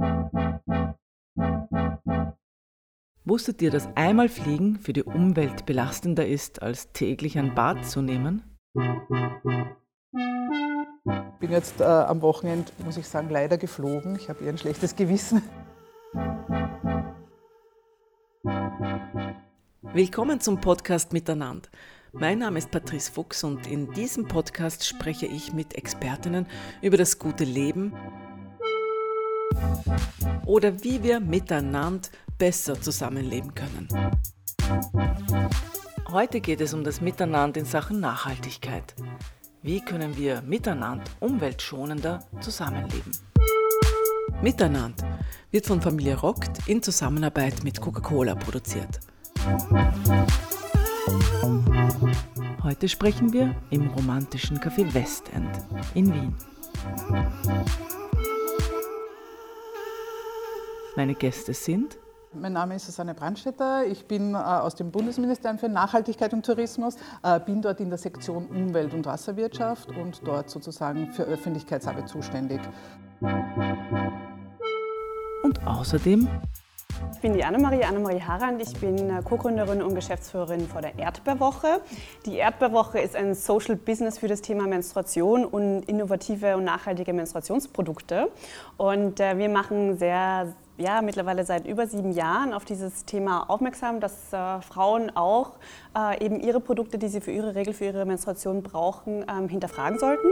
Wusstet ihr, dass einmal Fliegen für die Umwelt belastender ist, als täglich ein Bad zu nehmen? Ich bin jetzt am Wochenende, muss ich sagen, leider geflogen. Ich habe eher ein schlechtes Gewissen. Willkommen zum Podcast Miteinander. Mein Name ist Patrice Fuchs und in diesem Podcast spreche ich mit Expertinnen über das gute Leben oder wie wir miteinander besser zusammenleben können. Heute geht es um das Miteinander in Sachen Nachhaltigkeit. Wie können wir miteinander umweltschonender zusammenleben? Miteinander wird von Familie Rockt in Zusammenarbeit mit Coca-Cola produziert. Heute sprechen wir im romantischen Café Westend in Wien. Meine Gäste sind: Mein Name ist Susanne Brandstätter, ich bin aus dem Bundesministerium für Nachhaltigkeit und Tourismus, bin dort in der Sektion Umwelt- und Wasserwirtschaft und dort sozusagen für Öffentlichkeitsarbeit zuständig. Und außerdem: Ich bin die Annemarie Harand, ich bin Co-Gründerin und Geschäftsführerin von der Erdbeerwoche. Die Erdbeerwoche ist ein Social Business für das Thema Menstruation und innovative und nachhaltige Menstruationsprodukte. Und wir machen mittlerweile seit über 7 Jahren auf dieses Thema aufmerksam, dass Frauen auch eben ihre Produkte, die sie für ihre Menstruation brauchen, hinterfragen sollten.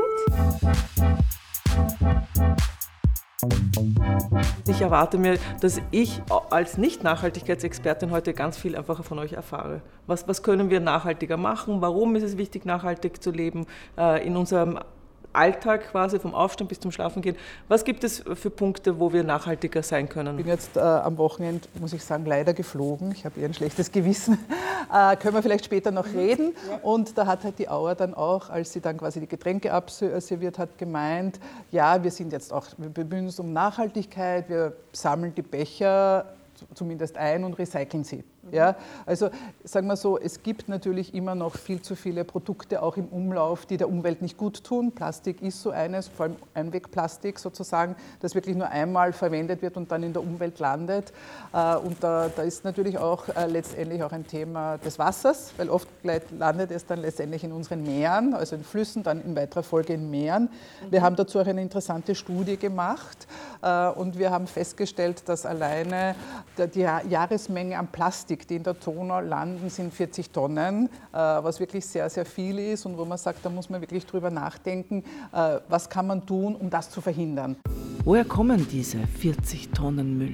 Ich erwarte mir, dass ich als Nicht-Nachhaltigkeitsexpertin heute ganz viel einfach von euch erfahre. Was können wir nachhaltiger machen? Warum ist es wichtig, nachhaltig zu leben in unserem Alltag quasi, vom Aufstehen bis zum Schlafengehen? Was gibt es für Punkte, wo wir nachhaltiger sein können? Ich bin jetzt am Wochenende, muss ich sagen, leider geflogen. Ich habe eher ein schlechtes Gewissen. Können wir vielleicht später noch reden. Und da hat halt die Auer dann auch, als sie dann quasi die Getränke abserviert hat, gemeint, ja, wir bemühen uns um Nachhaltigkeit, wir sammeln die Becher zumindest ein und recyceln sie. Ja, also sagen wir so, es gibt natürlich immer noch viel zu viele Produkte auch im Umlauf, die der Umwelt nicht gut tun. Plastik ist so eines, vor allem Einwegplastik sozusagen, das wirklich nur einmal verwendet wird und dann in der Umwelt landet. Und da ist natürlich auch letztendlich auch ein Thema des Wassers, weil oft landet es dann letztendlich in unseren Meeren, also in Flüssen, dann in weiterer Folge in Meeren. Wir haben dazu auch eine interessante Studie gemacht und wir haben festgestellt, dass alleine die Jahresmenge an Plastik, die in der Donau landen, sind 40 Tonnen, was wirklich sehr, sehr viel ist und wo man sagt, da muss man wirklich drüber nachdenken, was kann man tun, um das zu verhindern. Woher kommen diese 40 Tonnen Müll?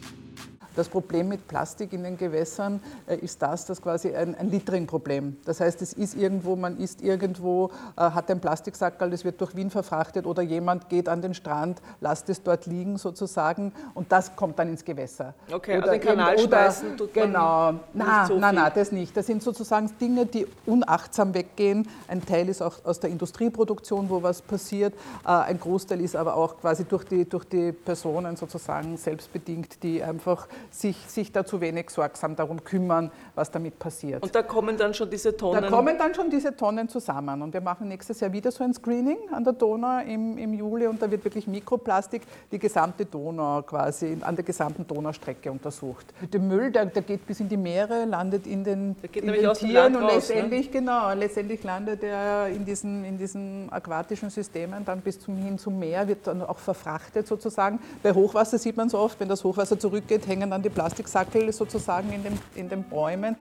Das Problem mit Plastik in den Gewässern ist das quasi ein Littering-Problem. Das heißt, es ist irgendwo, man isst irgendwo, hat ein Plastiksackerl, das wird durch Wien verfrachtet oder jemand geht an den Strand, lässt es dort liegen sozusagen und das kommt dann ins Gewässer. Okay, oder also den Kanal schmeißen tut man genau, nein, das nicht. Das sind sozusagen Dinge, die unachtsam weggehen. Ein Teil ist auch aus der Industrieproduktion, wo was passiert. Ein Großteil ist aber auch quasi durch die Personen sozusagen selbstbedingt, die einfach sich da zu wenig sorgsam darum kümmern, was damit passiert. Und da kommen dann schon diese Tonnen? Da kommen dann schon diese Tonnen zusammen. Und wir machen nächstes Jahr wieder so ein Screening an der Donau im Juli und da wird wirklich Mikroplastik die gesamte Donau quasi, an der gesamten Donaustrecke untersucht. Mit dem Müll, der geht bis in die Meere, landet in den Tieren und letztendlich landet er in diesen aquatischen Systemen dann bis hin zum Meer, wird dann auch verfrachtet sozusagen. Bei Hochwasser sieht man es oft, wenn das Hochwasser zurückgeht, hängen dann die Plastiksackel sozusagen in den Bäumen.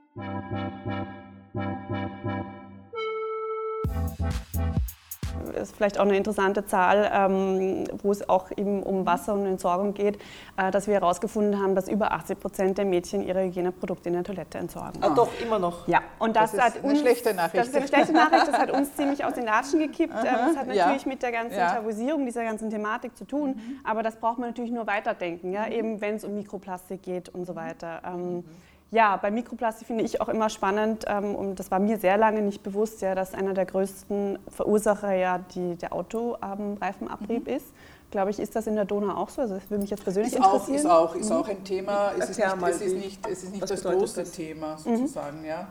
Das ist vielleicht auch eine interessante Zahl, wo es auch eben um Wasser und Entsorgung geht, dass wir herausgefunden haben, dass über 80% der Mädchen ihre Hygieneprodukte in der Toilette entsorgen. Ah, doch, immer noch? Ja, und das ist eine schlechte Nachricht. Das ist eine schlechte Nachricht, das hat uns ziemlich aus den Latschen gekippt. Das hat natürlich mit der ganzen Tabuisierung dieser ganzen Thematik zu tun, aber das braucht man natürlich nur weiterdenken, ja? Eben wenn es um Mikroplastik geht und so weiter. Ja, bei Mikroplastik finde ich auch immer spannend, und das war mir sehr lange nicht bewusst, ja, dass einer der größten Verursacher ja der Autoreifenabrieb ist. Glaube ich, ist das in der Donau auch so? Also das würde mich jetzt persönlich interessieren. Ist auch ein Thema. Es ist nicht das große Thema sozusagen. Ja.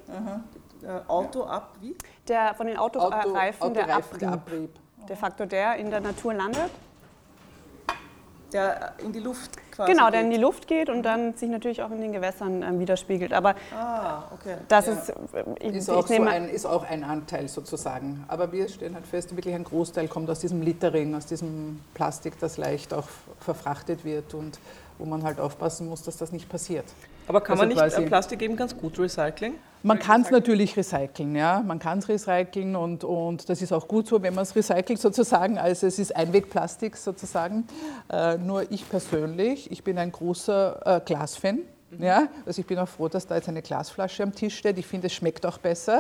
Wie? Von den Autoreifen der Abrieb. Der Faktor, der in der Natur landet. der in die Luft quasi Genau, geht. der in die Luft geht und dann sich natürlich auch in den Gewässern widerspiegelt. Aber okay. das ist auch ein Anteil sozusagen. Aber wir stellen halt fest, wirklich ein Großteil kommt aus diesem Littering, aus diesem Plastik, das leicht auch verfrachtet wird und wo man halt aufpassen muss, dass das nicht passiert. Aber kann man nicht Plastik eben ganz gut recyceln? Man kann es natürlich recyceln, ja. Man kann es recyceln und das ist auch gut so, wenn man es recycelt sozusagen. Also es ist Einwegplastik sozusagen. Nur ich persönlich, ich bin ein großer Glasfan. Ja, also ich bin auch froh, dass da jetzt eine Glasflasche am Tisch steht. Ich finde, es schmeckt auch besser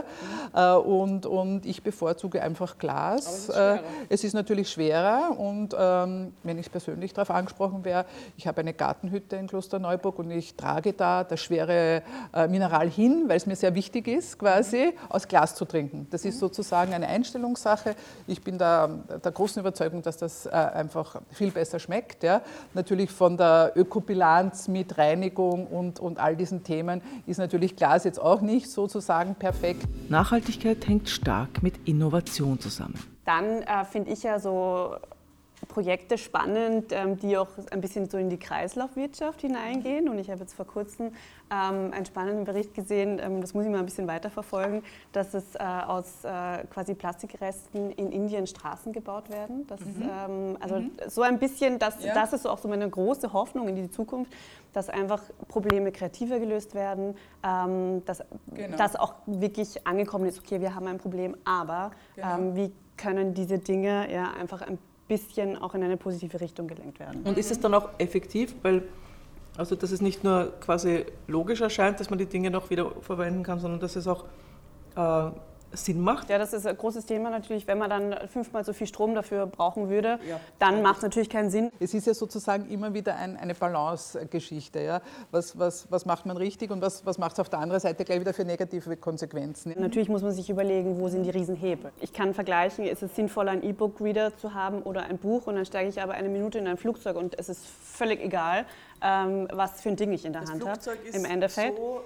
und ich bevorzuge einfach Glas. Es ist natürlich schwerer und wenn ich persönlich darauf angesprochen wäre, ich habe eine Gartenhütte in Klosterneuburg und ich trage da das schwere Mineral hin, weil es mir sehr wichtig ist, quasi aus Glas zu trinken. Das ist sozusagen eine Einstellungssache. Ich bin da der großen Überzeugung, dass das einfach viel besser schmeckt. Ja. Natürlich von der Ökobilanz mit Reinigung und all diesen Themen ist natürlich Glas jetzt auch nicht sozusagen perfekt. Nachhaltigkeit hängt stark mit Innovation zusammen. Dann finde ich ja so Projekte spannend, die auch ein bisschen so in die Kreislaufwirtschaft hineingehen. Und ich habe jetzt vor kurzem einen spannenden Bericht gesehen, das muss ich mal ein bisschen weiterverfolgen, dass es aus quasi Plastikresten in Indien Straßen gebaut werden. Das so ein bisschen, das ist so auch so meine große Hoffnung in die Zukunft, dass einfach Probleme kreativer gelöst werden, dass auch wirklich angekommen ist, okay, wir haben ein Problem, aber wie können diese Dinge einfach ein bisschen auch in eine positive Richtung gelenkt werden. Und ist es dann auch effektiv, weil dass es nicht nur quasi logisch erscheint, dass man die Dinge noch wieder verwenden kann, sondern dass es auch Sinn macht? Ja, das ist ein großes Thema natürlich. Wenn man dann 5-mal so viel Strom dafür brauchen würde, dann macht es natürlich keinen Sinn. Es ist ja sozusagen immer wieder eine Balance-Geschichte. Ja? Was macht man richtig und was macht es auf der anderen Seite gleich wieder für negative Konsequenzen? Natürlich muss man sich überlegen, wo sind die Riesenhebel. Ich kann vergleichen, ist es sinnvoller, einen E-Book-Reader zu haben oder ein Buch und dann steige ich aber eine Minute in ein Flugzeug und es ist völlig egal, was für ein Ding ich in der Hand habe. Im Endeffekt. So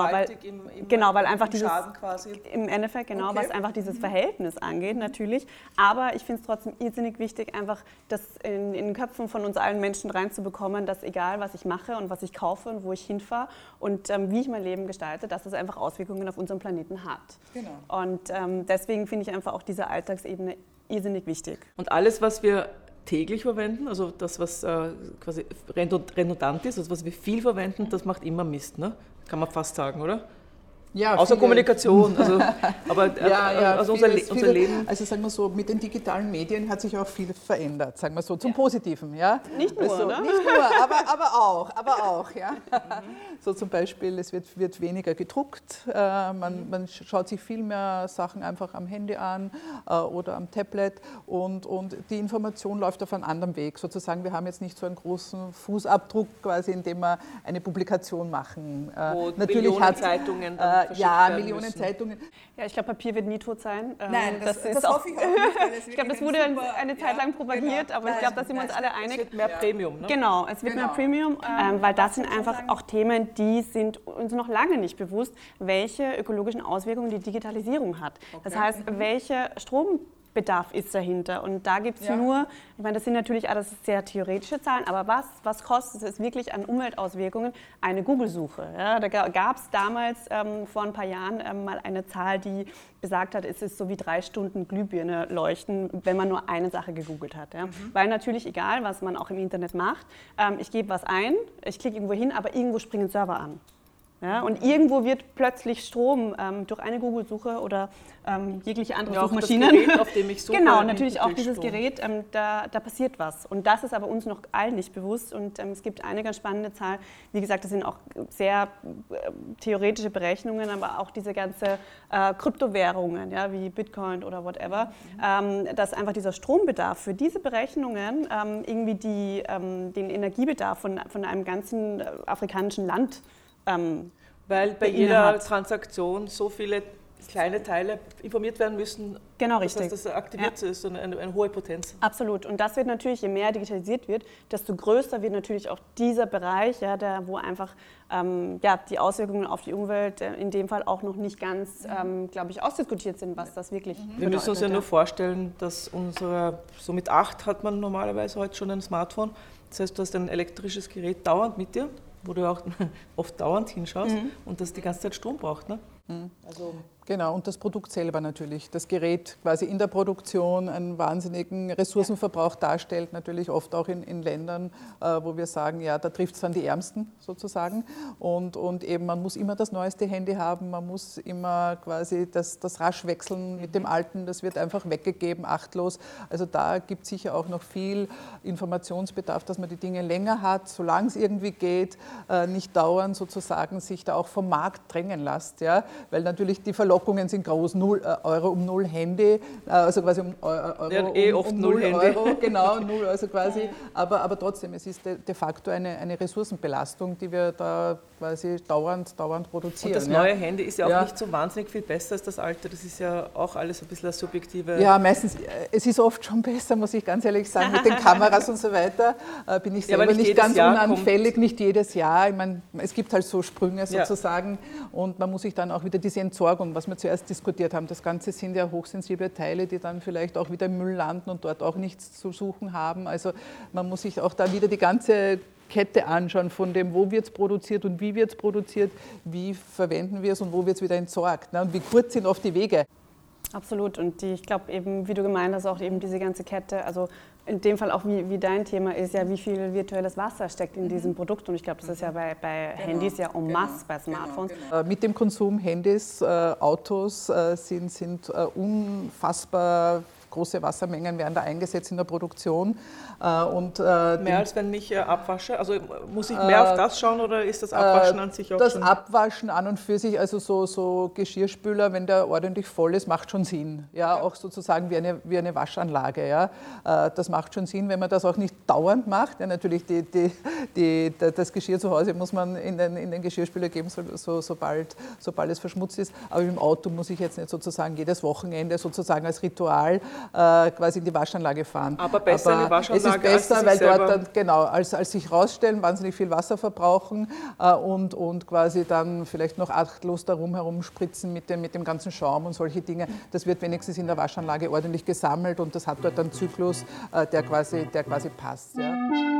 weil einfach dieses Schaden quasi. Im Endeffekt was einfach dieses Verhältnis angeht natürlich. Aber ich finde es trotzdem irrsinnig wichtig, einfach das in den Köpfen von uns allen Menschen reinzubekommen, dass egal was ich mache und was ich kaufe und wo ich hinfahre und wie ich mein Leben gestalte, dass das einfach Auswirkungen auf unseren Planeten hat. Genau. Und deswegen finde ich einfach auch diese Alltagsebene irrsinnig wichtig. Und alles, was wir täglich verwenden, also das, was quasi redundant ist, also was wir viel verwenden, das macht immer Mist, ne? Kann man fast sagen, oder? Ja, außer Kommunikation, aber unser Leben. Also sagen wir so, mit den digitalen Medien hat sich auch viel verändert, sagen wir so, zum Positiven. Ja? Nicht nur, also, ne? Nicht nur, aber auch. Ja? So zum Beispiel, es wird weniger gedruckt, man schaut sich viel mehr Sachen einfach am Handy an oder am Tablet und die Information läuft auf einem anderen Weg. Sozusagen, wir haben jetzt nicht so einen großen Fußabdruck, quasi, indem wir eine Publikation machen. Wo Millionen Zeitungen Millionen Zeitungen. Ja, ich glaube, Papier wird nie tot sein. Nein, das hoffe ich auch nicht. Ich glaube, das wurde eine Zeit lang propagiert, aber ich glaube, da sind wir uns alle einig. Es wird mehr Premium, ne? Genau, es wird mehr Premium, weil das sind einfach auch Themen, die sind uns noch lange nicht bewusst, welche ökologischen Auswirkungen die Digitalisierung hat. Das heißt, welche Strombedarf ist dahinter. Und da gibt es nur, ich meine, das sind natürlich alles sehr theoretische Zahlen, aber was kostet es wirklich an Umweltauswirkungen eine Google-Suche? Ja, da gab es damals vor ein paar Jahren mal eine Zahl, die besagt hat, es ist so wie 3 Stunden Glühbirne leuchten, wenn man nur eine Sache gegoogelt hat. Ja? Weil natürlich, egal was man auch im Internet macht, ich gebe was ein, ich klicke irgendwo hin, aber irgendwo springen Server an. Ja, und irgendwo wird plötzlich Strom durch eine Google-Suche oder jegliche andere Suchmaschinen. Das Gerät, auf dem ich suche, genau, natürlich auch dieses Gerät, da passiert was. Und das ist aber uns noch allen nicht bewusst. Und es gibt eine ganz spannende Zahl. Wie gesagt, das sind auch sehr theoretische Berechnungen, aber auch diese ganze Kryptowährungen, ja, wie Bitcoin oder whatever, dass einfach dieser Strombedarf für diese Berechnungen irgendwie den Energiebedarf von einem ganzen afrikanischen Land weil bei jeder Transaktion so viele kleine Teile informiert werden müssen, genau, richtig. Dass das aktiviert ist und eine hohe Potenz. Absolut. Und das wird natürlich, je mehr digitalisiert wird, desto größer wird natürlich auch dieser Bereich, wo einfach die Auswirkungen auf die Umwelt in dem Fall auch noch nicht ganz, glaube ich, ausdiskutiert sind, was das wirklich bedeutet. Wir müssen uns ja nur vorstellen, dass so mit 8 hat man normalerweise heute schon ein Smartphone, Das heißt, du hast ein elektrisches Gerät dauernd mit dir, wo du auch oft dauernd hinschaust und das die ganze Zeit Strom braucht. Ne? Also genau, und das Produkt selber natürlich. Das Gerät quasi in der Produktion einen wahnsinnigen Ressourcenverbrauch darstellt, natürlich oft auch in Ländern, wo wir sagen, ja, da trifft es dann die Ärmsten sozusagen. Und eben, man muss immer das neueste Handy haben, man muss immer quasi das rasch wechseln mit dem alten, das wird einfach weggegeben, achtlos. Also da gibt es sicher auch noch viel Informationsbedarf, dass man die Dinge länger hat, solange es irgendwie geht, nicht dauernd sozusagen sich da auch vom Markt drängen lässt, ja, weil natürlich die Verlockungen sind groß, 0 Euro um 0 Handy, also quasi um Euro ja, oft um 0 Handy. Euro, genau, 0, also quasi, aber trotzdem, es ist de facto eine Ressourcenbelastung, die wir da quasi dauernd produzieren. Und das neue Handy ist ja auch nicht so wahnsinnig viel besser als das alte, das ist ja auch alles ein bisschen eine subjektive... Ja, meistens, es ist oft schon besser, muss ich ganz ehrlich sagen, mit den Kameras und so weiter bin ich selber nicht ganz unanfällig, nicht jedes Jahr. Ich meine, es gibt halt so Sprünge sozusagen und man muss sich dann auch wieder diese Entsorgung, was wir zuerst diskutiert haben, das Ganze sind ja hochsensible Teile, die dann vielleicht auch wieder im Müll landen und dort auch nichts zu suchen haben. Also man muss sich auch da wieder die ganze Kette anschauen, von dem, wo wird es produziert und wie wird es produziert, wie verwenden wir es und wo wird es wieder entsorgt. Ne? Und wie kurz sind oft die Wege. Absolut. Und ich glaube eben, wie du gemeint hast, auch eben diese ganze Kette, also in dem Fall auch wie dein Thema ist ja, wie viel virtuelles Wasser steckt in diesem Produkt. Und ich glaube, das ist ja bei Handys ja en masse, bei Smartphones. Genau. Mit dem Konsum Handys, Autos sind unfassbar große Wassermengen werden da eingesetzt in der Produktion. Mehr als wenn ich abwasche? Also muss ich mehr auf das schauen oder ist das Abwaschen an sich auch das schon? Das Abwaschen an und für sich, also so Geschirrspüler, wenn der ordentlich voll ist, macht schon Sinn. Ja, auch sozusagen wie eine Waschanlage. Ja. Das macht schon Sinn, wenn man das auch nicht dauernd macht. Ja, natürlich das Geschirr zu Hause muss man in den Geschirrspüler geben, sobald es verschmutzt ist. Aber im Auto muss ich jetzt nicht sozusagen jedes Wochenende sozusagen als Ritual quasi in die Waschanlage fahren. Aber besser eine Waschanlage. Es ist besser, weil dort dann, genau, als sich rausstellen, wahnsinnig viel Wasser verbrauchen und quasi dann vielleicht noch achtlos darum herumspritzen mit dem ganzen Schaum und solche Dinge. Das wird wenigstens in der Waschanlage ordentlich gesammelt und das hat dort einen Zyklus, der quasi passt. Ja.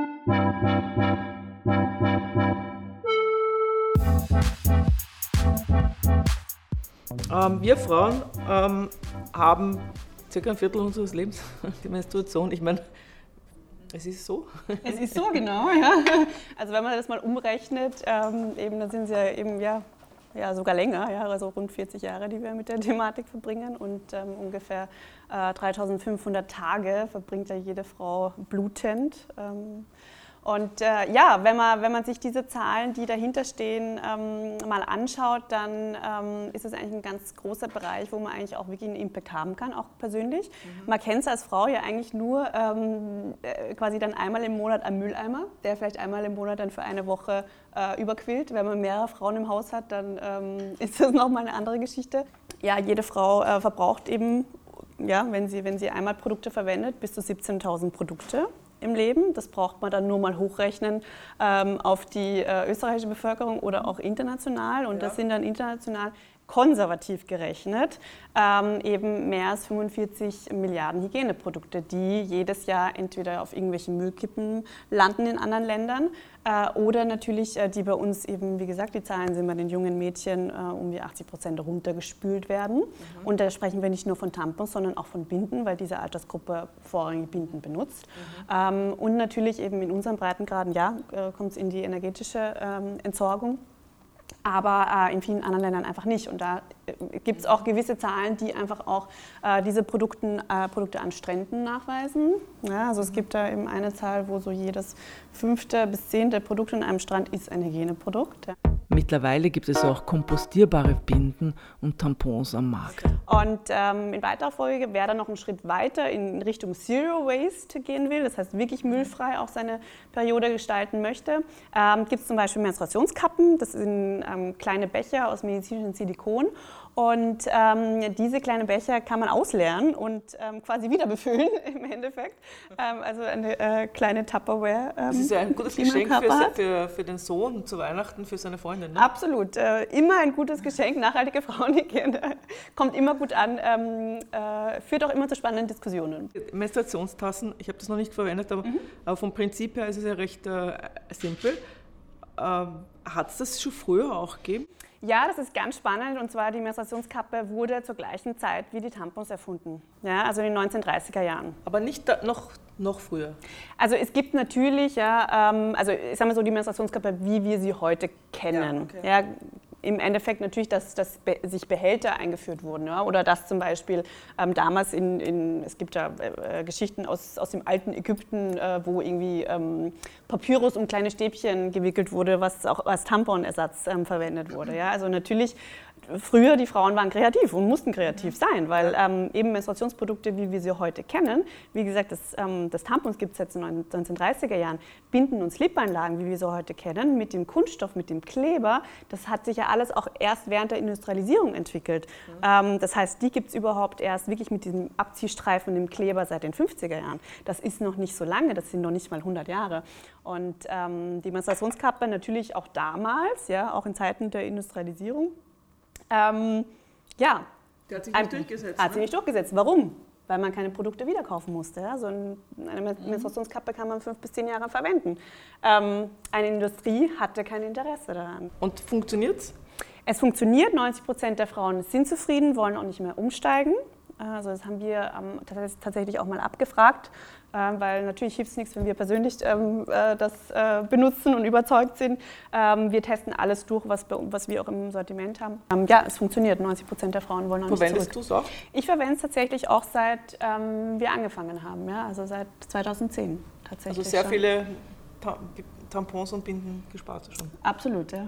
Wir Frauen haben circa ein Viertel unseres Lebens die Menstruation. Ich meine, es ist so. Es ist so, genau, ja. Also wenn man das mal umrechnet, eben, dann sind es ja eben ja sogar länger, ja, also rund 40 Jahre, die wir mit der Thematik verbringen und ungefähr 3500 Tage verbringt ja jede Frau blutend. Und wenn man sich diese Zahlen, die dahinter stehen, mal anschaut, dann ist es eigentlich ein ganz großer Bereich, wo man eigentlich auch wirklich einen Impact haben kann, auch persönlich. Man kennt es als Frau ja eigentlich nur quasi dann einmal im Monat am Mülleimer, der vielleicht einmal im Monat dann für eine Woche überquillt. Wenn man mehrere Frauen im Haus hat, dann ist das nochmal eine andere Geschichte. Ja, jede Frau verbraucht eben, ja, wenn sie einmal Produkte verwendet, bis zu 17.000 Produkte im Leben. Das braucht man dann nur mal hochrechnen auf die österreichische Bevölkerung oder auch international. Und das sind dann international konservativ gerechnet eben mehr als 45 Milliarden Hygieneprodukte, die jedes Jahr entweder auf irgendwelchen Müllkippen landen in anderen Ländern oder natürlich, die bei uns eben, wie gesagt, die Zahlen sind bei den jungen Mädchen um die 80% runtergespült werden. Und da sprechen wir nicht nur von Tampons, sondern auch von Binden, weil diese Altersgruppe vorrangig Binden benutzt. Und natürlich eben in unseren Breitengraden, kommt es in die energetische Entsorgung. Aber in vielen anderen Ländern einfach nicht. Und da gibt es auch gewisse Zahlen, die einfach auch diese Produkte an Stränden nachweisen. Ja, also es gibt da eben eine Zahl, wo so jedes 5. bis 10. Produkt an einem Strand ist ein Hygieneprodukt. Ja. Mittlerweile gibt es auch kompostierbare Binden und Tampons am Markt. Und in weiterer Folge, wer dann noch einen Schritt weiter in Richtung Zero Waste gehen will, das heißt wirklich müllfrei auch seine Periode gestalten möchte, gibt es zum Beispiel Menstruationskappen. Das sind kleine Becher aus medizinischem Silikon. Und diese kleinen Becher kann man ausleeren und quasi wieder befüllen im Endeffekt. Also eine kleine Tupperware. Das ist ja ein gutes Geschenk für den Sohn zu Weihnachten, für seine Freundin. Ne? Absolut. Immer ein gutes Geschenk. Nachhaltige Frauenhygiene kommt immer gut an, führt auch immer zu spannenden Diskussionen. Menstruationstassen, ich habe das noch nicht verwendet, aber vom Prinzip her ist es ja recht simpel. Hat es das schon früher auch gegeben? Ja, das ist ganz spannend, und zwar die Menstruationskappe wurde zur gleichen Zeit wie die Tampons erfunden, ja, also in den 1930er Jahren. Aber nicht noch früher? Also es gibt natürlich, also ich sage mal so, die Menstruationskappe, wie wir sie heute kennen. Ja, okay. Ja, im Endeffekt natürlich, dass sich Behälter eingeführt wurden, ja? Oder dass zum Beispiel damals es gibt ja Geschichten aus dem alten Ägypten, wo irgendwie Papyrus um kleine Stäbchen gewickelt wurde, was auch als Tamponersatz verwendet wurde. Ja? Also natürlich, früher die Frauen waren kreativ und mussten kreativ sein, weil eben Menstruationsprodukte, wie wir sie heute kennen, wie gesagt, das Tampons gibt es seit den 1930er Jahren, Binden- und Slip-Einlagen, wie wir sie heute kennen, mit dem Kunststoff, mit dem Kleber, das hat sich ja alles auch erst während der Industrialisierung entwickelt. Das heißt, die gibt es überhaupt erst wirklich mit diesem Abziehstreifen und dem Kleber seit den 50er Jahren. Das ist noch nicht so lange, das sind noch nicht mal 100 Jahre. Und die Menstruationskappe natürlich auch damals, ja, auch in Zeiten der Industrialisierung, ja. Der hat sich nicht durchgesetzt. Hat sich nicht durchgesetzt. Warum? Weil man keine Produkte wieder kaufen musste. Ja? So eine Menstruationskappe kann man 5 bis 10 Jahre verwenden. Eine Industrie hatte kein Interesse daran. Und funktioniert es? Es funktioniert. 90% der Frauen sind zufrieden, wollen auch nicht mehr umsteigen. Also das haben wir tatsächlich auch mal abgefragt, weil natürlich hilft es nichts, wenn wir persönlich das benutzen und überzeugt sind. Wir testen alles durch, was wir auch im Sortiment haben. Ja, es funktioniert. 90% der Frauen wollen auch nicht zurück. Verwendest du es auch? Ich verwende es tatsächlich auch seit wir angefangen haben, ja, also seit 2010 tatsächlich. Also sehr viele Tampons und Binden gespart schon. Absolut, ja.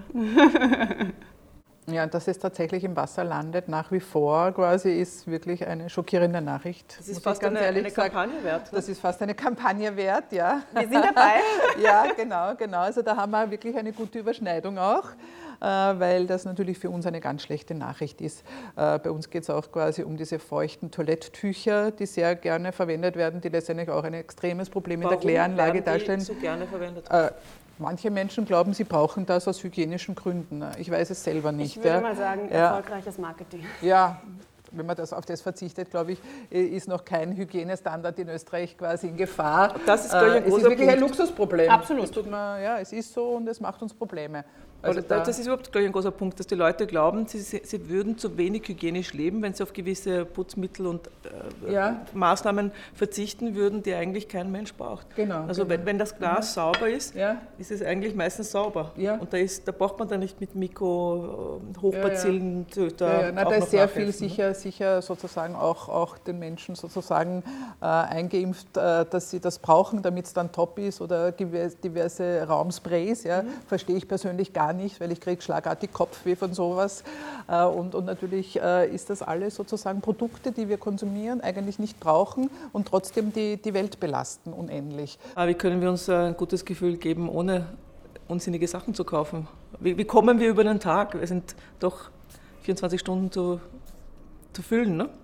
Ja, dass es tatsächlich im Wasser landet, nach wie vor quasi, ist wirklich eine schockierende Nachricht. Das ist fast eine Kampagne wert. Ne? Das ist fast eine Kampagne wert, ja. Wir sind dabei. Ja, genau. Also da haben wir wirklich eine gute Überschneidung auch, weil das natürlich für uns eine ganz schlechte Nachricht ist. Bei uns geht es auch quasi um diese feuchten Toiletttücher, die sehr gerne verwendet werden, die letztendlich auch ein extremes Problem in der Kläranlage darstellen. Warum werden die so gerne verwendet? Manche Menschen glauben, sie brauchen das aus hygienischen Gründen. Ich weiß es selber nicht. Ich würde mal sagen, erfolgreiches Marketing. Ja, wenn man auf das verzichtet, glaube ich, ist noch kein Hygienestandard in Österreich quasi in Gefahr. Das ist, glaube ich, ein großer wirklich ein Luxusproblem. Absolut. Es ist so und es macht uns Probleme. Also das ist überhaupt, glaube ich, ein großer Punkt, dass die Leute glauben, sie würden zu wenig hygienisch leben, wenn sie auf gewisse Putzmittel und Maßnahmen verzichten würden, die eigentlich kein Mensch braucht. Genau. Also wenn das Glas sauber ist, ist es eigentlich meistens sauber. Ja. Und da braucht man dann nicht mit Hochbazillen. Da ist sehr viel sicher sozusagen auch den Menschen sozusagen eingeimpft, dass sie das brauchen, damit es dann top ist, oder diverse Raumsprays. Ja. Verstehe ich persönlich gar nicht, weil ich kriege schlagartig Kopfweh von sowas. Und natürlich ist das alles sozusagen Produkte, die wir konsumieren, eigentlich nicht brauchen und trotzdem die Welt belasten unendlich. Aber wie können wir uns ein gutes Gefühl geben, ohne unsinnige Sachen zu kaufen? Wie kommen wir über den Tag? Wir sind doch 24 Stunden zu füllen, ne?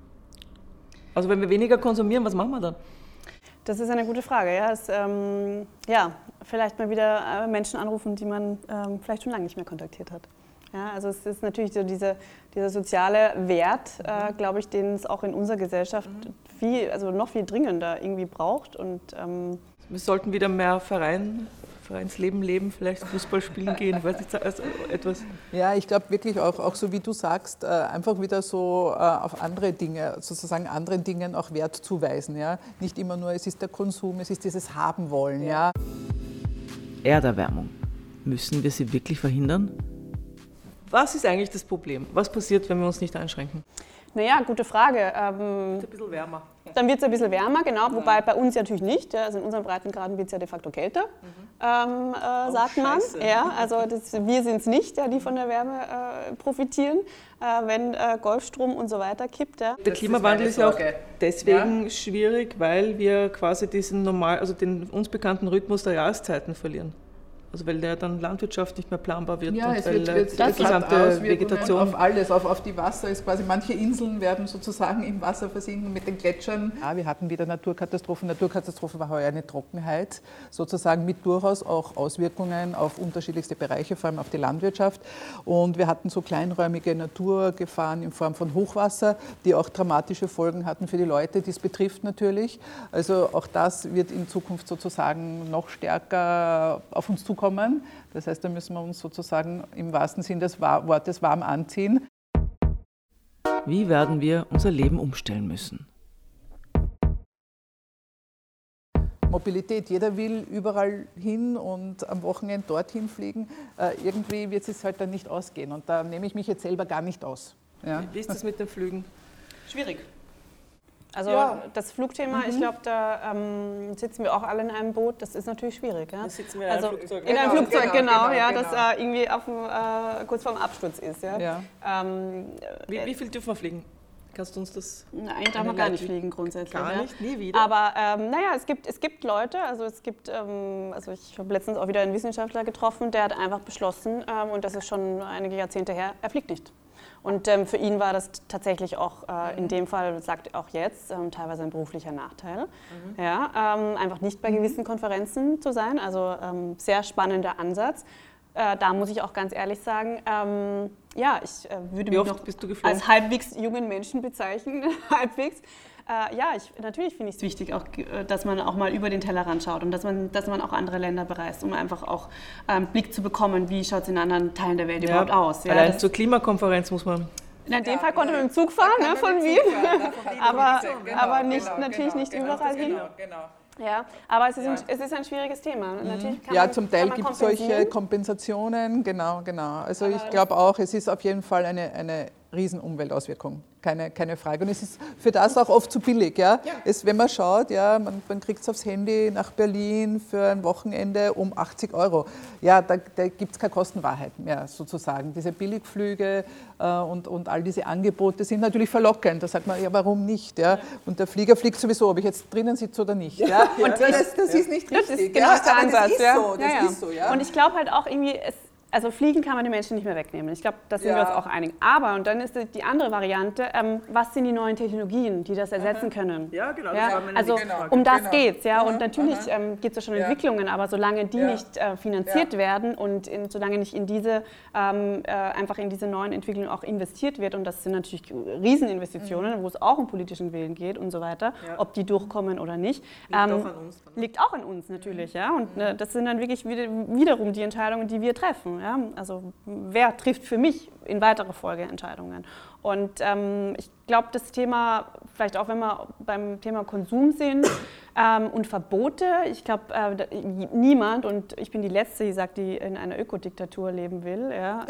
Also wenn wir weniger konsumieren, was machen wir dann? Das ist eine gute Frage. Ja, vielleicht mal wieder Menschen anrufen, die man vielleicht schon lange nicht mehr kontaktiert hat. Ja, also es ist natürlich so dieser soziale Wert, glaube ich, den es auch in unserer Gesellschaft noch viel dringender irgendwie braucht. Und, wir sollten wieder mehr Vereinsleben leben, vielleicht Fußball spielen gehen, weiß nicht, also etwas. Ja, ich glaube wirklich auch so wie du sagst, einfach wieder so auf andere Dinge, sozusagen anderen Dingen auch Wert zuweisen. Ja? Nicht immer nur, es ist der Konsum, es ist dieses Haben wollen. Ja. Erderwärmung. Müssen wir sie wirklich verhindern? Was ist eigentlich das Problem? Was passiert, wenn wir uns nicht einschränken? Naja, gute Frage. Wird ein bisschen wärmer. Dann wird es ein bisschen wärmer, genau, wobei bei uns natürlich nicht. Ja, also in unseren Breitengraden wird es ja de facto kälter, sagt man. Ja, also wir sind es nicht, die von der Wärme profitieren, wenn Golfstrom und so weiter kippt. Ja. Der Klimawandel ist ja auch deswegen schwierig, weil wir quasi den uns bekannten Rhythmus der Jahreszeiten verlieren. Also weil der dann Landwirtschaft nicht mehr planbar wird Ja, und es weil wird die das gesamte Vegetation auf alles, auf die Wasser ist quasi, manche Inseln werden sozusagen im Wasser versinken mit den Gletschern. Ja, wir hatten wieder Naturkatastrophen. Naturkatastrophe war heuer eine Trockenheit, sozusagen mit durchaus auch Auswirkungen auf unterschiedlichste Bereiche, vor allem auf die Landwirtschaft. Und wir hatten so kleinräumige Naturgefahren in Form von Hochwasser, die auch dramatische Folgen hatten für die Leute, die es betrifft natürlich. Also auch das wird in Zukunft sozusagen noch stärker auf uns zukommen. Das heißt, da müssen wir uns sozusagen im wahrsten Sinn des Wortes warm anziehen. Wie werden wir unser Leben umstellen müssen? Mobilität, jeder will überall hin und am Wochenende dorthin fliegen. Irgendwie wird es halt dann nicht ausgehen und da nehme ich mich jetzt selber gar nicht aus. Ja. Wie ist das mit den Flügen? Schwierig. Also Ja. das Flugthema, ich glaube, da sitzen wir auch alle in einem Boot. Das ist natürlich schwierig. Ja? Da sitzen wir in einem Flugzeug. In einem Flugzeug, genau, genau. das irgendwie kurz vorm Absturz ist. Ja? Ja. Wie viel dürfen wir fliegen? Kannst du uns das... Eigentlich darf man gar nicht fliegen grundsätzlich. Gar ja. nicht? Nie wieder? Aber es gibt Leute, also ich habe letztens auch wieder einen Wissenschaftler getroffen, der hat einfach beschlossen, und das ist schon einige Jahrzehnte her, er fliegt nicht. Und für ihn war das tatsächlich auch in dem Fall, sagt er auch jetzt, teilweise ein beruflicher Nachteil. Ja, einfach nicht bei gewissen Konferenzen zu sein, also sehr spannender Ansatz. Da muss ich auch ganz ehrlich sagen, ich würde mich noch als halbwegs jungen Menschen bezeichnen, halbwegs. Natürlich finde ich es wichtig, auch, dass man auch mal über den Tellerrand schaut und dass man auch andere Länder bereist, um einfach auch einen Blick zu bekommen, wie schaut es in anderen Teilen der Welt überhaupt aus. Ja, allein zur Klimakonferenz muss man... In dem Fall konnte man mit dem Zug fahren, von Wien, aber natürlich nicht überall hin. Genau. Ja, aber es ist ein schwieriges Thema. Natürlich zum Teil gibt es solche Kompensationen, genau. Also ich glaube auch, es ist auf jeden Fall eine Riesenumweltauswirkung, keine Frage. Und es ist für das auch oft zu billig. Ja? Wenn man schaut, man kriegt es aufs Handy nach Berlin für ein Wochenende um 80 €. Ja, da gibt es keine Kostenwahrheit mehr sozusagen. Diese Billigflüge und all diese Angebote sind natürlich verlockend. Da sagt man, ja, warum nicht? Ja? Und der Flieger fliegt sowieso, ob ich jetzt drinnen sitze oder nicht. Ja? Und das ist nicht richtig. Das ist genau der Ansatz. Das ist so. Und ich glaube halt auch irgendwie, also Fliegen kann man den Menschen nicht mehr wegnehmen. Ich glaube, da sind wir uns auch einig. Aber, und dann ist die andere Variante, was sind die neuen Technologien, die das ersetzen können? Ja, genau. Ja? Also um das geht's. Ja? Und natürlich gibt es ja schon Entwicklungen, aber solange die nicht finanziert werden und solange nicht in diese, einfach in diese neuen Entwicklungen auch investiert wird, und das sind natürlich Rieseninvestitionen, wo es auch um politischen Willen geht und so weiter, ob die durchkommen oder nicht. Liegt auch an uns natürlich. Ja? Und das sind dann wirklich wiederum die Entscheidungen, die wir treffen. Ja? Also wer trifft für mich in weitere Folgeentscheidungen? Und ich glaube, das Thema, vielleicht auch wenn wir beim Thema Konsum sind und Verbote, ich glaube, niemand, und ich bin die Letzte, die sagt, die in einer Ökodiktatur leben will, ja?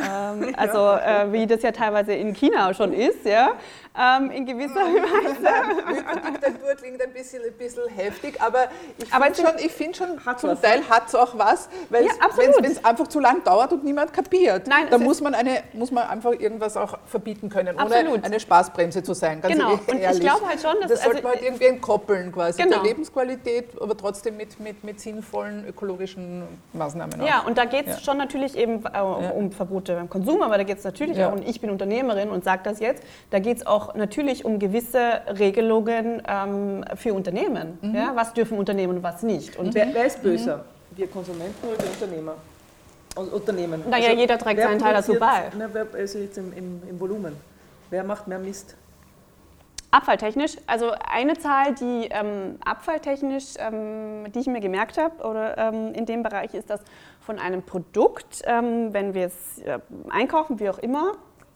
Wie das ja teilweise in China schon ist, ja? In gewisser Weise. Ökodiktatur klingt ein bisschen heftig, aber ich finde schon, zum Teil hat es auch was, weil wenn es einfach zu lang dauert und niemand kapiert, dann muss man einfach irgendwas auch verbieten können, ohne eine Spaßbremse zu sein, ganz ehrlich. Und ich glaube halt schon, dass... Das sollte man halt irgendwie entkoppeln quasi, der Lebensqualität, aber trotzdem mit sinnvollen ökologischen Maßnahmen auch. Ja, und da geht es schon natürlich eben um Verbote beim Konsum, aber da geht es natürlich auch, und ich bin Unternehmerin und sage das jetzt, da geht es auch natürlich um gewisse Regelungen für Unternehmen. Ja? Was dürfen Unternehmen und was nicht. Und wer ist böser? Wir Konsumenten oder wir Unternehmen? Naja, also, jeder trägt seinen Teil dazu bei. Also jetzt im Volumen. Wer macht mehr Mist? Abfalltechnisch, also eine Zahl, die abfalltechnisch, die ich mir gemerkt habe, oder in dem Bereich ist das von einem Produkt, wenn wir es einkaufen, wie auch immer,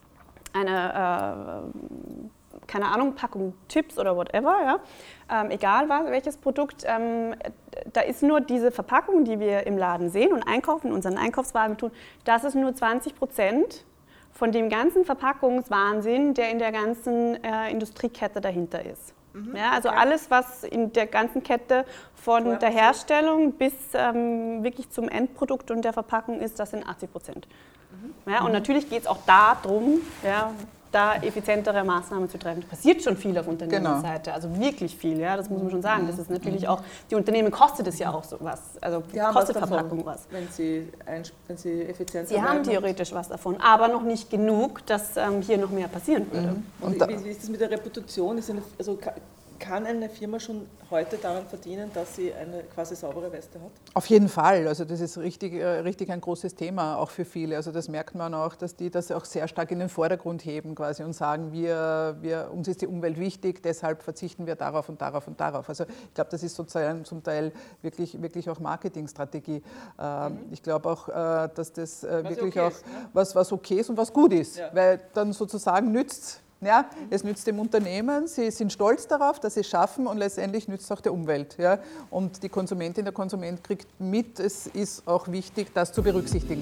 eine, keine Ahnung, Packung Chips oder whatever, ja, egal welches Produkt, da ist nur diese Verpackung, die wir im Laden sehen und einkaufen, in unseren Einkaufswagen tun, das ist nur 20% von dem ganzen Verpackungswahnsinn, der in der ganzen Industriekette dahinter ist. Ja, also alles, was in der ganzen Kette von der Herstellung bis wirklich zum Endprodukt und der Verpackung ist, das sind 80%. Ja, und natürlich geht es auch darum, ja, da effizientere Maßnahmen zu treffen. Es passiert schon viel auf Unternehmensseite, also wirklich viel, ja, das muss man schon sagen. Das ist natürlich auch, die Unternehmen kostet es ja auch so was, also kostet Verpackung was. Wenn sie effizient sind. Sie haben theoretisch was davon, aber noch nicht genug, dass hier noch mehr passieren würde. Und wie ist das mit der Reputation? Kann eine Firma schon heute daran verdienen, dass sie eine quasi saubere Weste hat? Auf jeden Fall. Also das ist richtig ein großes Thema, auch für viele. Also das merkt man auch, dass die das auch sehr stark in den Vordergrund heben quasi und sagen, uns ist die Umwelt wichtig, deshalb verzichten wir darauf und darauf und darauf. Also ich glaube, das ist sozusagen zum Teil wirklich auch Marketingstrategie. Ich glaube auch, dass das wirklich okay auch ist, ne? was okay ist und was gut ist, weil dann sozusagen nützt. Ja, es nützt dem Unternehmen, sie sind stolz darauf, dass sie es schaffen und letztendlich nützt es auch der Umwelt. Ja? Und die Konsumentin, der Konsument kriegt mit, es ist auch wichtig, das zu berücksichtigen.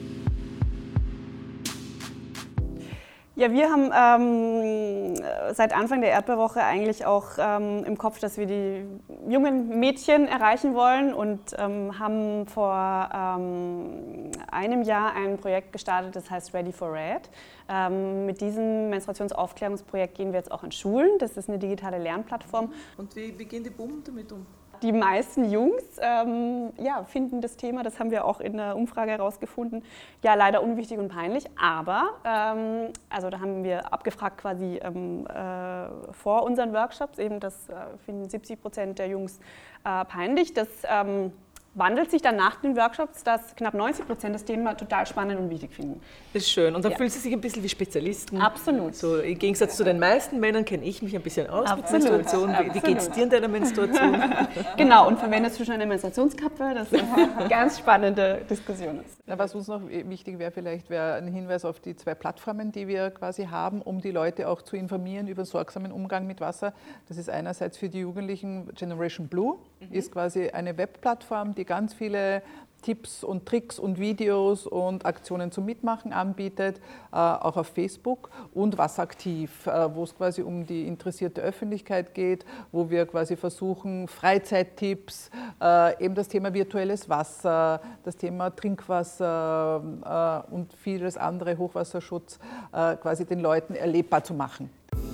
Ja, wir haben seit Anfang der Erdbeerwoche eigentlich auch im Kopf, dass wir die jungen Mädchen erreichen wollen und haben vor einem Jahr ein Projekt gestartet, das heißt Ready for Red. Mit diesem Menstruationsaufklärungsprojekt gehen wir jetzt auch an Schulen. Das ist eine digitale Lernplattform. Und wie gehen die Buben damit um? Die meisten Jungs finden das Thema, das haben wir auch in der Umfrage herausgefunden, ja leider unwichtig und peinlich, aber also da haben wir abgefragt quasi vor unseren Workshops, eben das finden 70% der Jungs peinlich. Das wandelt sich dann nach den Workshops, dass knapp 90% das Thema total spannend und wichtig finden. Das ist schön. Und dann fühlen Sie sich ein bisschen wie Spezialisten. Absolut. So, im Gegensatz zu den meisten Männern kenne ich mich ein bisschen aus mit Menstruation. Wie geht es dir in deiner Menstruation? Genau, und verwendest du schon eine Menstruationskappe? Das ist eine ganz spannende Diskussion. Was uns noch wichtig wäre ein Hinweis auf die 2 Plattformen, die wir quasi haben, um die Leute auch zu informieren über sorgsamen Umgang mit Wasser. Das ist einerseits für die Jugendlichen Generation Blue, ist quasi eine Webplattform, die ganz viele Tipps und Tricks und Videos und Aktionen zum Mitmachen anbietet, auch auf Facebook, und Wasseraktiv, wo es quasi um die interessierte Öffentlichkeit geht, wo wir quasi versuchen, Freizeittipps, eben das Thema virtuelles Wasser, das Thema Trinkwasser und vieles andere, Hochwasserschutz, quasi den Leuten erlebbar zu machen.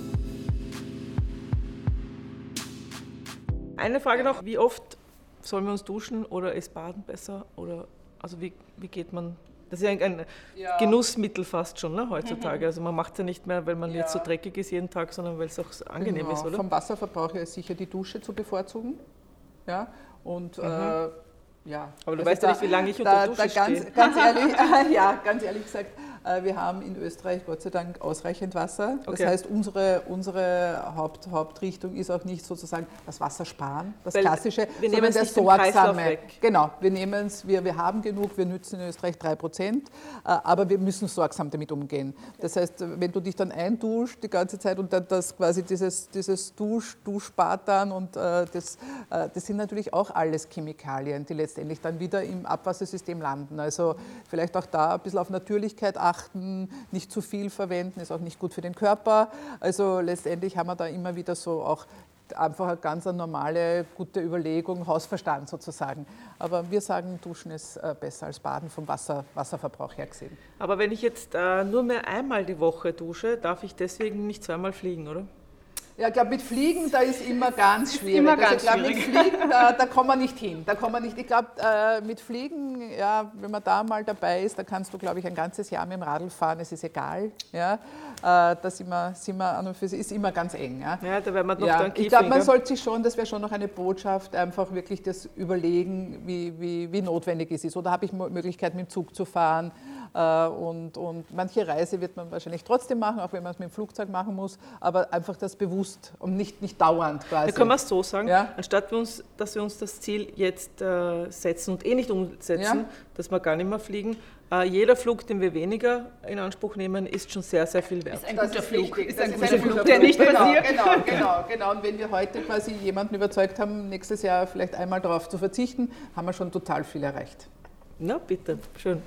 Eine Frage noch, wie oft sollen wir uns duschen oder ist Baden besser? Oder, also wie geht man, das ist ja ein Genussmittel fast schon, ne, heutzutage. Also man macht es ja nicht mehr, weil man jetzt so dreckig ist jeden Tag, sondern weil es auch angenehm ist, oder? Vom Wasserverbrauch her ist sicher die Dusche zu bevorzugen. Ja, und ja. Aber du weißt ja nicht, wie lange ich unter Dusche stehe. Ganz ehrlich gesagt, wir haben in Österreich Gott sei Dank ausreichend Wasser. Das heißt, unsere Hauptrichtung ist auch nicht sozusagen das Wasser sparen, das Klassische, sondern der sorgsame. Genau, wir haben genug, wir nützen in Österreich 3%, aber wir müssen sorgsam damit umgehen. Das heißt, wenn du dich dann einduscht die ganze Zeit und dann dieses Duschbad dann und das sind natürlich auch alles Chemikalien, die letztendlich dann wieder im Abwassersystem landen. Also vielleicht auch da ein bisschen auf Natürlichkeit achten, nicht zu viel verwenden, ist auch nicht gut für den Körper. Also letztendlich haben wir da immer wieder so auch einfach eine ganz normale, gute Überlegung, Hausverstand sozusagen. Aber wir sagen, Duschen ist besser als Baden vom Wasserverbrauch her gesehen. Aber wenn ich jetzt nur mehr einmal die Woche dusche, darf ich deswegen nicht zweimal fliegen, oder? Ja, ich glaube, mit Fliegen, da ist immer ganz schwierig. Mit Fliegen, da kommen wir nicht hin. Ich glaube, mit Fliegen, ja, wenn man da mal dabei ist, da kannst du, glaube ich, ein ganzes Jahr mit dem Radl fahren, es ist egal. Ja. Da sind wir an und für sich, ist immer ganz eng. Ja, da werden wir noch dann ich glaube, man sollte sich schon, das wäre schon noch eine Botschaft, einfach wirklich das überlegen, wie notwendig es ist. Oder habe ich Möglichkeit, mit dem Zug zu fahren? Und manche Reise wird man wahrscheinlich trotzdem machen, auch wenn man es mit dem Flugzeug machen muss, aber einfach das bewusst und nicht dauernd quasi. Da können wir es so sagen, anstatt dass wir uns das Ziel jetzt setzen und nicht umsetzen, dass wir gar nicht mehr fliegen, jeder Flug, den wir weniger in Anspruch nehmen, ist schon sehr, sehr viel wert. Ist ein guter Flug, der nicht passiert. Genau. Und wenn wir heute quasi jemanden überzeugt haben, nächstes Jahr vielleicht einmal darauf zu verzichten, haben wir schon total viel erreicht. Na bitte, schön.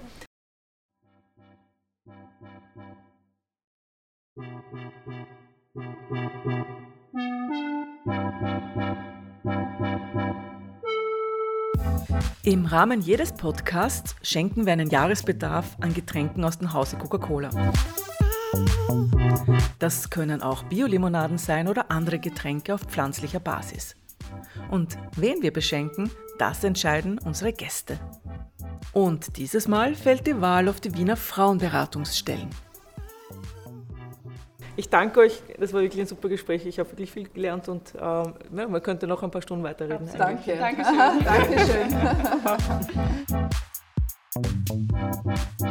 Im Rahmen jedes Podcasts schenken wir einen Jahresbedarf an Getränken aus dem Hause Coca-Cola. Das können auch Biolimonaden sein oder andere Getränke auf pflanzlicher Basis. Und wen wir beschenken, das entscheiden unsere Gäste. Und dieses Mal fällt die Wahl auf die Wiener Frauenberatungsstellen. Ich danke euch, das war wirklich ein super Gespräch. Ich habe wirklich viel gelernt und man könnte noch ein paar Stunden weiterreden. Danke. Dankeschön. Dankeschön.